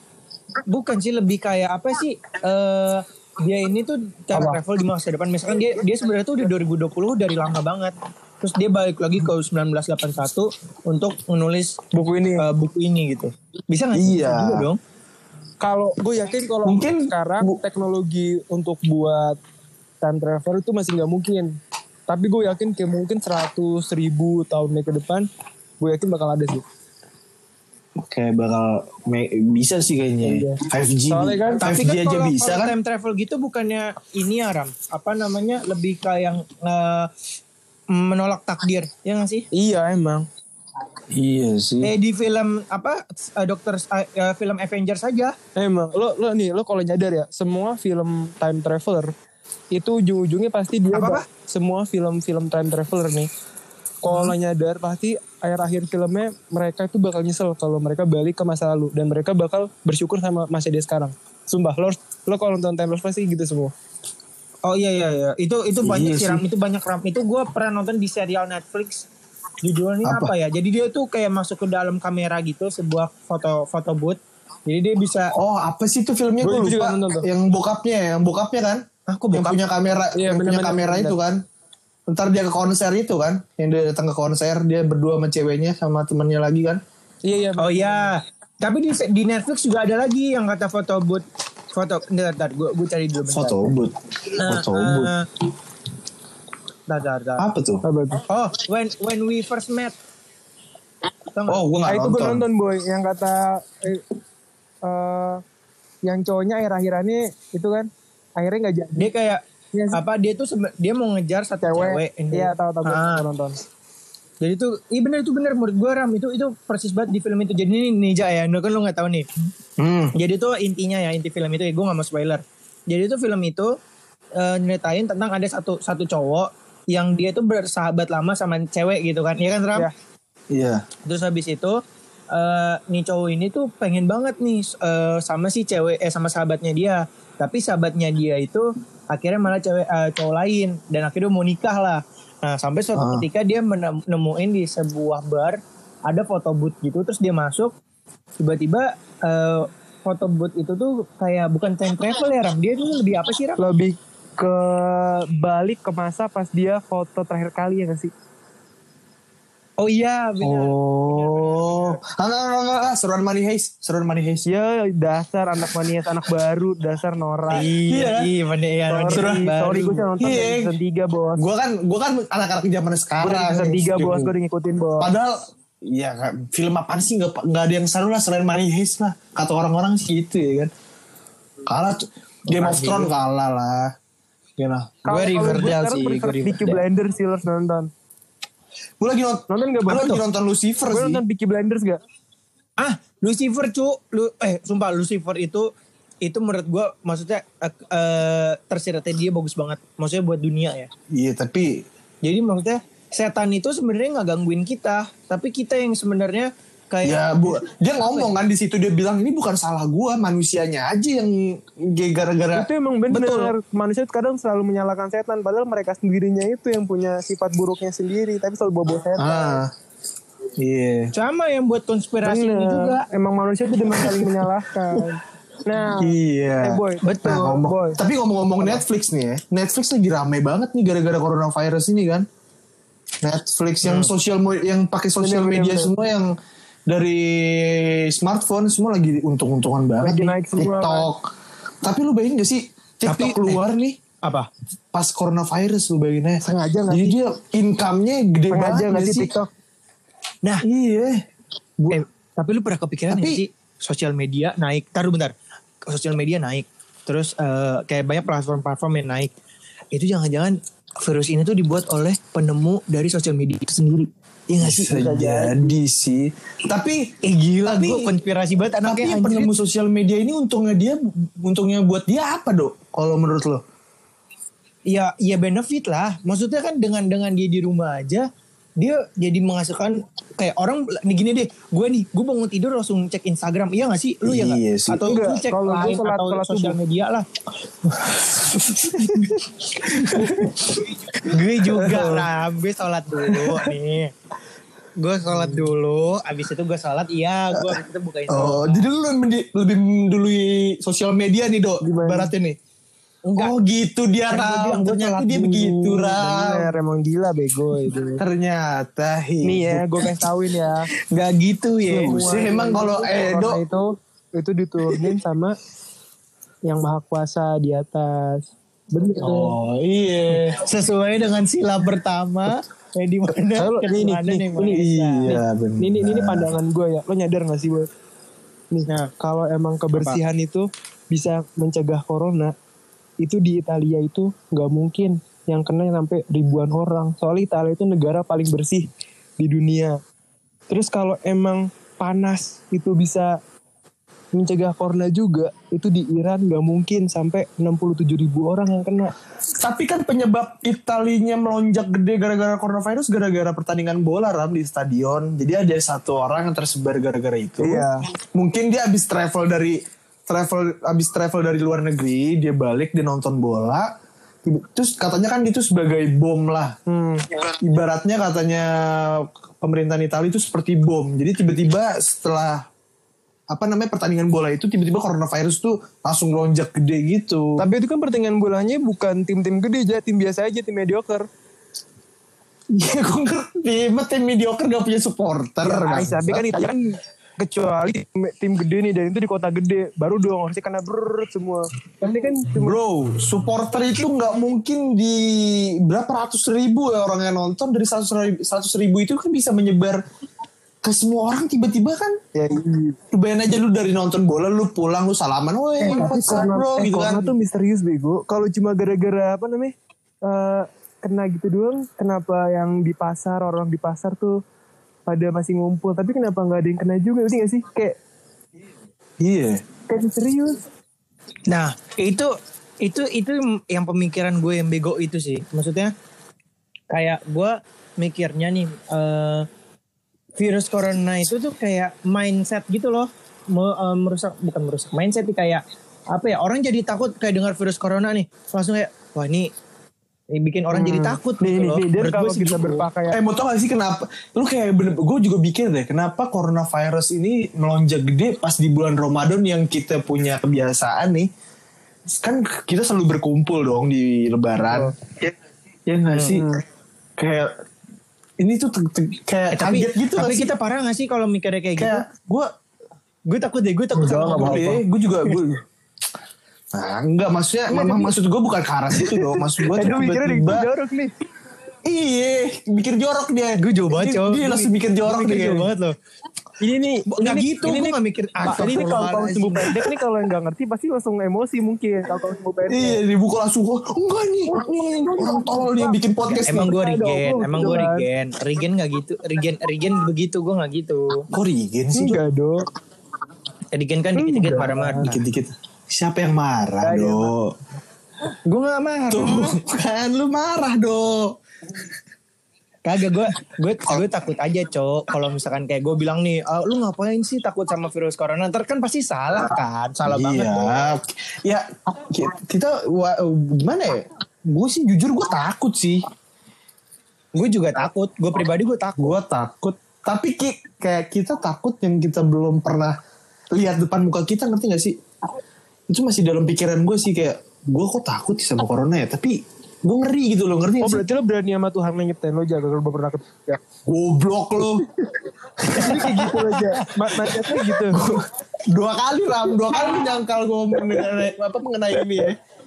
A: bukan sih lebih kayak apa sih? Eh dia ini tuh time
C: Apa?
A: travel di masa depan. Misalkan dia dia sebenarnya tuh di dua ribu dua puluh dari lama banget. Terus dia balik lagi ke sembilan belas delapan puluh satu untuk menulis
C: Buku ini.
A: eh, buku ini gitu. Bisa nggak sih?
B: Iya.
A: Bisa juga dong.
C: Kalau gue yakin kalau
B: Mungkin
C: sekarang
B: bu-
C: teknologi untuk buat time travel itu masih nggak mungkin. Tapi gue yakin kayak mungkin seratus ribu tahun ke depan, gue yakin bakal ada sih.
B: Oke, bakal me- bisa sih kayaknya.
C: Iya.
B: lima G,
C: Soalnya kan,
B: lima
A: Tapi
B: G
A: kan
B: aja
A: kalau,
B: bisa
A: kalau
B: kan?
A: time travel gitu bukannya ini ya Ram? Apa namanya? Lebih kayak eh, menolak takdir, ya nggak sih?
C: Iya emang.
B: Iya sih.
A: Eh di film apa? eh, Dokter eh, eh, film Avengers saja.
C: Emang lo lo nih lo kalau nyadar ya, semua film time traveler itu ujung-ujungnya pasti dia
A: Apa-apa?
C: bak- semua film-film time traveler nih. Kalau lo nyadar pasti akhir-akhir filmnya mereka itu bakal nyesel kalau mereka balik ke masa lalu dan mereka bakal bersyukur sama masa dia sekarang. Sumpah lo lo kalau nonton time travel pasti gitu semua.
A: Oh iya iya iya. Itu itu
B: Iya
A: banyak
B: sih.
A: sih Ram. Itu banyak Ram. Itu gue pernah nonton di serial Netflix. Judulnya
B: Apa?
A: apa? ya? Jadi dia tuh kayak masuk ke dalam kamera gitu, sebuah foto foto booth. Jadi dia bisa.
B: Oh, apa sih itu filmnya?
C: Gua
B: Gue
C: juga
B: lupa.
C: nonton tuh.
B: Yang bokapnya, yang bokapnya kan?
A: Ah, kok
B: Yang
A: bokap?
B: punya kamera,
C: Iya,
B: yang punya
C: bener-bener,
B: kamera
C: bener.
B: itu kan? Ntar dia ke konser itu kan? Yang dia datang ke konser, dia berdua sama ceweknya sama temennya lagi kan?
C: Iya iya.
A: Oh iya. Tapi di di Netflix juga ada lagi yang kata foto booth. Foto. Bentar, bentar. Gue gue cari dulu. bentar.
B: Foto booth.
A: Nah,
B: Foto booth.
A: eh, bentar, bentar, bentar.
B: Apa tuh?
C: Apa tuh?
A: Oh, when when we first met. Tau nggak?
B: Oh, gue
C: Ah,
B: gak
C: itu gue
B: nonton.
C: nonton boy yang kata eh, eh, yang cowoknya akhir-akhirnya itu kan akhirnya nggak jadi.
A: Dia kayak
C: Iya sih.
A: apa? Dia tuh sebe- dia mau ngejar satu cewek.
C: Cewek.
A: ini.
C: Iya tahu tahu gue
A: Ah.
C: nonton.
A: Jadi itu, iya bener itu bener menurut gue Ram itu itu persis banget di film itu. Jadi ini Ninja ya, nah, kan lo nggak tahu nih.
B: Hmm.
A: Jadi itu intinya ya inti film itu ya gue nggak mau spoiler. Jadi itu film itu eh, nyeritain tentang ada satu satu cowok yang dia tuh bersahabat lama sama cewek gitu kan, iya kan Ram?
C: Iya.
B: Iya.
A: Terus habis itu eh nih cowok ini tuh pengen banget nih eh, sama si cewek eh sama sahabatnya dia. Tapi sahabatnya dia itu akhirnya malah cewek eh, cowok lain dan akhirnya mau nikah lah. Nah, sampai suatu
B: Ah.
A: ketika dia menem- nemuin di sebuah bar ada foto booth gitu, terus dia masuk tiba-tiba eh, foto booth itu tuh kayak bukan time travel ya Ram. Dia tuh lebih apa sih Ram?
C: Lebih ke balik ke masa pas dia foto terakhir kali ya gak sih?
A: Oh iya benar.
B: Oh. Ah, enggak, enggak, enggak, enggak. Seruan Money Heist. Seruan Money Heist.
C: Ya dari anak manias anak baru, dasar Nora.
A: Iya, iya bener ya.
C: Sorry, sorry gue nonton
B: Iya.
C: dari season tiga bos.
B: Gue kan, gue kan anak-anak zaman
C: Gue
B: sekarang.
C: dari season tiga bos, gue udah ngikutin bos.
B: Padahal, ya kan, film apaan sih nggak nggak ada yang seru lah selain Money Heist lah. Kata orang-orang sih gitu ya kan. Kalah tuh. Game of Thrones kalah lah. Gimana?
A: Gue Riverdale sih, gue
C: Peaky
A: Riverdale.
C: Blinders sih lo harus nonton.
B: Gue lagi nonton.
C: Nonton gak
B: Gue
C: bang?
B: lagi nonton Lucifer
C: Gue
B: sih.
C: nonton Peaky Blinders gak?
A: Ah, Lucifer cu, lu eh sumpah Lucifer itu itu menurut gue maksudnya eh, eh, tersiratnya dia bagus banget. Maksudnya buat dunia ya.
B: Iya tapi
A: Jadi maksudnya setan itu sebenarnya nggak gangguin kita, tapi kita yang sebenarnya kayak
B: ya bu, dia ngomong kan di situ dia bilang ini bukan salah gue, manusianya aja yang g- gara-gara.
C: Itu emang bener.
A: Betul.
C: Manusia kadang selalu menyalahkan setan. Padahal mereka sendirinya itu yang punya sifat buruknya sendiri. Tapi selalu bawa setan.
B: Ah, iya.
A: sama yang buat konspirasi ini juga.
C: Bener. Emang manusia itu memang saling menyalahkan. Nah,
B: Iya.
C: eh boy,
A: Betul.
B: Nah, ngomong,
C: boy.
B: tapi ngomong-ngomong Netflix nih ya, Netflix lagi rame banget nih gara-gara coronavirus ini kan. Netflix yang sosial mo- yang pakai sosial
C: Bener, bener,
B: media
C: bener.
B: semua yang dari smartphone semua lagi untung-untungan banget
C: Lagi
B: nih.
C: naik semua,
B: TikTok. Tapi lu bayangin gak sih TikTok
A: Tapi-
B: keluar nih
A: Apa?
B: pas coronavirus lu bayangin aja.
C: Sengaja gak
B: Jadi
C: sih?
B: dia income-nya gede
C: Sengaja
B: banget
C: gak
B: gak
C: sih
B: sih?
C: TikTok?
A: Nah,
B: Iya. Bu-
A: eh, tapi lu pernah kepikiran
B: Tapi-
A: nggak sih sosial media naik? Taruh bentar. Sosial media naik. Terus eh, kayak banyak platform-platform yang naik. Itu jangan-jangan virus ini tuh dibuat oleh penemu dari sosial media itu sendiri. Iya gak sih?
B: Bisa jadi sih. Tapi
A: Eh gila,
B: Tapi-
A: gue konspirasi banget
B: Tapi
A: anaknya anjir.
B: penemu sosial media ini untungnya dia, untungnya buat dia apa dok? Kalau menurut lo?
A: Ya, ya benefit lah. Maksudnya kan dengan dengan dia di rumah aja, dia jadi menghasilkan kayak orang nih gini deh, gue nih gue bangun tidur langsung cek Instagram, iya nggak sih, lu ya nggak?
B: Iya sih.
A: Atau
C: Enggak,
A: lu cek
C: kalau gue
A: lain
C: sholat-
A: atau
C: sholat
A: sosial
C: subuh.
A: media lah. Gue juga lah, gue sholat dulu nih. Gue sholat dulu, abis itu gue sholat, iya gue abis itu buka Instagram.
B: Oh, jadi lu mendi- lebih mendului sosial media nih, Dok.
C: Gimana?
B: Baratnya nih.
A: Enggak.
B: Oh, gitu dia,
A: Kan gua
B: Ram.
A: bilang, gua
B: Ternyata
A: sholat
B: dia
A: dulu.
B: begitu,
C: Bener,
B: Ram.
C: emang gila bego itu.
B: Ternyata
C: Nih ya, gue kasih tauin ya.
B: Gak gitu ya.
C: Semua
B: Sih, emang kalau eh,
C: corona
B: Dok.
C: itu itu diturunin sama yang maha kuasa di atas. Bener.
B: Oh, iya.
A: Sesuai dengan sila pertama, eh di mana
C: Kalau- nih, nih,
A: ketuhanan
C: nih,
A: yang Maha
C: ini-
A: Esa.
B: Iya, benar.
C: Ini, ini ini pandangan gue ya. Lo nyadar gak sih, Boy? Nih,
A: Nah.
C: kalau emang kebersihan itu bisa mencegah corona, itu di Italia itu nggak mungkin yang kena sampai ribuan orang. Soalnya Italia itu negara paling bersih di dunia. Terus kalau emang panas itu bisa mencegah corona juga, itu di Iran nggak mungkin sampai enam puluh tujuh ribu orang yang kena.
B: Tapi kan penyebab Italinya melonjak gede gara-gara coronavirus gara-gara pertandingan bola, Ram, di stadion. Jadi ada satu orang yang tersebar gara-gara itu.
C: Iya.
B: Mungkin dia habis travel dari travel habis travel dari luar negeri, dia balik, dia nonton bola. Terus katanya kan itu sebagai bom lah.
C: Hmm.
B: Ibaratnya katanya pemerintahan Italia itu seperti bom. Jadi tiba-tiba setelah apa namanya pertandingan bola itu tiba-tiba coronavirus tuh langsung lonjak gede gitu.
C: Tapi itu kan pertandingan bolanya bukan tim-tim gede aja, tim biasa aja, tim mediocre.
B: Iya, gue ngerti. Emang tim mediocre gak punya supporter.
C: Ya,
B: kan?
C: tapi kan Italia kan kecuali tim, tim gede nih dan itu di kota gede, baru dong harusnya kena brrrr semua. Nanti kan cuma
B: Bro, supporter itu nggak mungkin di berapa ratus ribu ya orang yang nonton, dari seratus ribu, seratus ribu itu kan bisa menyebar ke semua orang tiba-tiba kan.
C: ya, iya.
B: Lu bayangin aja lu dari nonton bola, lu pulang, lu salaman, woi,
C: Eh, tapi
B: what's up,
C: corona,
B: bro,
C: eh,
B: gitu
C: corona
B: kan.
C: tuh misterius bego. Kalau cuma gara-gara apa namanya eh, kena gitu doang, kenapa yang di pasar, orang di pasar tuh pada masih ngumpul, tapi kenapa nggak ada yang kena juga, ngerti nggak sih? Kayak
B: Iya.
C: kayak misterius.
A: Nah, itu itu itu yang pemikiran gue yang bego itu sih. Maksudnya kayak gue mikirnya nih eh, virus corona itu tuh kayak mindset gitu loh. Me- eh, merusak bukan merusak mindset nih, kayak apa ya? Orang jadi takut kayak dengar virus corona nih. Langsung kayak wah ini ini bikin orang jadi takut
C: Nih,
A: gitu
C: nih,
A: loh.
C: nih, dan
A: Menurut
C: kalau
A: gue sih
C: kita
A: gitu.
C: berpakaian
B: Eh mau tau gak sih kenapa? Lu kayak bener, gue juga pikir deh, kenapa coronavirus ini melonjak gede pas di bulan Ramadan yang kita punya kebiasaan nih. Kan kita selalu berkumpul dong di Lebaran. Ya, ya gak sih? Kayak ini tuh te- te- kayak
A: Eh, tapi
B: kaget gitu
A: tapi
B: gak sih?
A: kita parah gak sih kalau mikirnya kayak gitu?
B: Kayak gue
A: Gue takut deh, gue takut sama
B: gue
A: corona.
B: deh, gue juga gue. Nah, enggak maksudnya, memang maksud gue bukan ke arah situ dong. Maksud gue tuh
C: Aduh mikirnya di
B: tiba-tiba,
C: jorok nih.
B: iya, mikir jorok dia.
A: Gue jauh banget,
B: Dia-
A: cowok.
B: Dia langsung mikir jorok
A: Gue
B: dia.
A: jauh banget loh.
C: Ini nih,
A: Nggak
C: ini-
A: gitu,
C: ini
A: gue
C: nih,
A: gak mikir.
C: Pak, ini nih kalau kamu sembuh pendek nih kalau yang nggak ngerti pasti langsung emosi mungkin kalau kamu sembuh pendek.
B: Iya, dibuka langsung. Oh, enggak nih, nih, orang tolol nih yang bikin podcast.
A: Emang
B: nih.
A: gue
C: Ada
A: regen,
C: dong,
A: emang
C: gitu
A: gue
C: kan.
A: regen. Regen gak gitu, regen regen begitu, gue gak gitu.
B: Kok Rigen sih?
C: Enggak dong.
A: Regen kan dikit-dikit
C: Enggak.
A: marah-marah.
B: Dikit-dikit. Siapa yang marah,
C: Ya, ya,
B: Do?
A: Gue gak marah.
B: Tuh, kan lu marah, Do.
A: Kagak, gue gue gue takut aja, Cok. Kalau misalkan kayak gue bilang nih, "Ah, lu ngapain sih takut sama virus corona?" Ntar kan pasti salah kan, salah banget. dong.
B: Iya. Ya, ki- kita, wa- gimana ya? Gue sih jujur gue takut sih.
A: Gue juga takut. Gue pribadi gue takut.
B: Gue takut. Tapi ki, kayak kita takut yang kita belum pernah lihat depan muka kita, ngerti gak sih? Itu masih dalam pikiran gue sih, kayak gue kok takut sih sama corona ya. Tapi gue ngeri gitu loh, ngerti
C: Oh
B: gak sih?
C: berarti lo berani sama Tuhan yang nyiptain lo jaga kalau belum pernah ketemu.
B: Goblok lo.
C: Jadi kayak gitu aja. Mindsetnya gitu.
B: Dua kali Ram, dua kali menyangkal gue mengenai, apa, mengenai ini ya.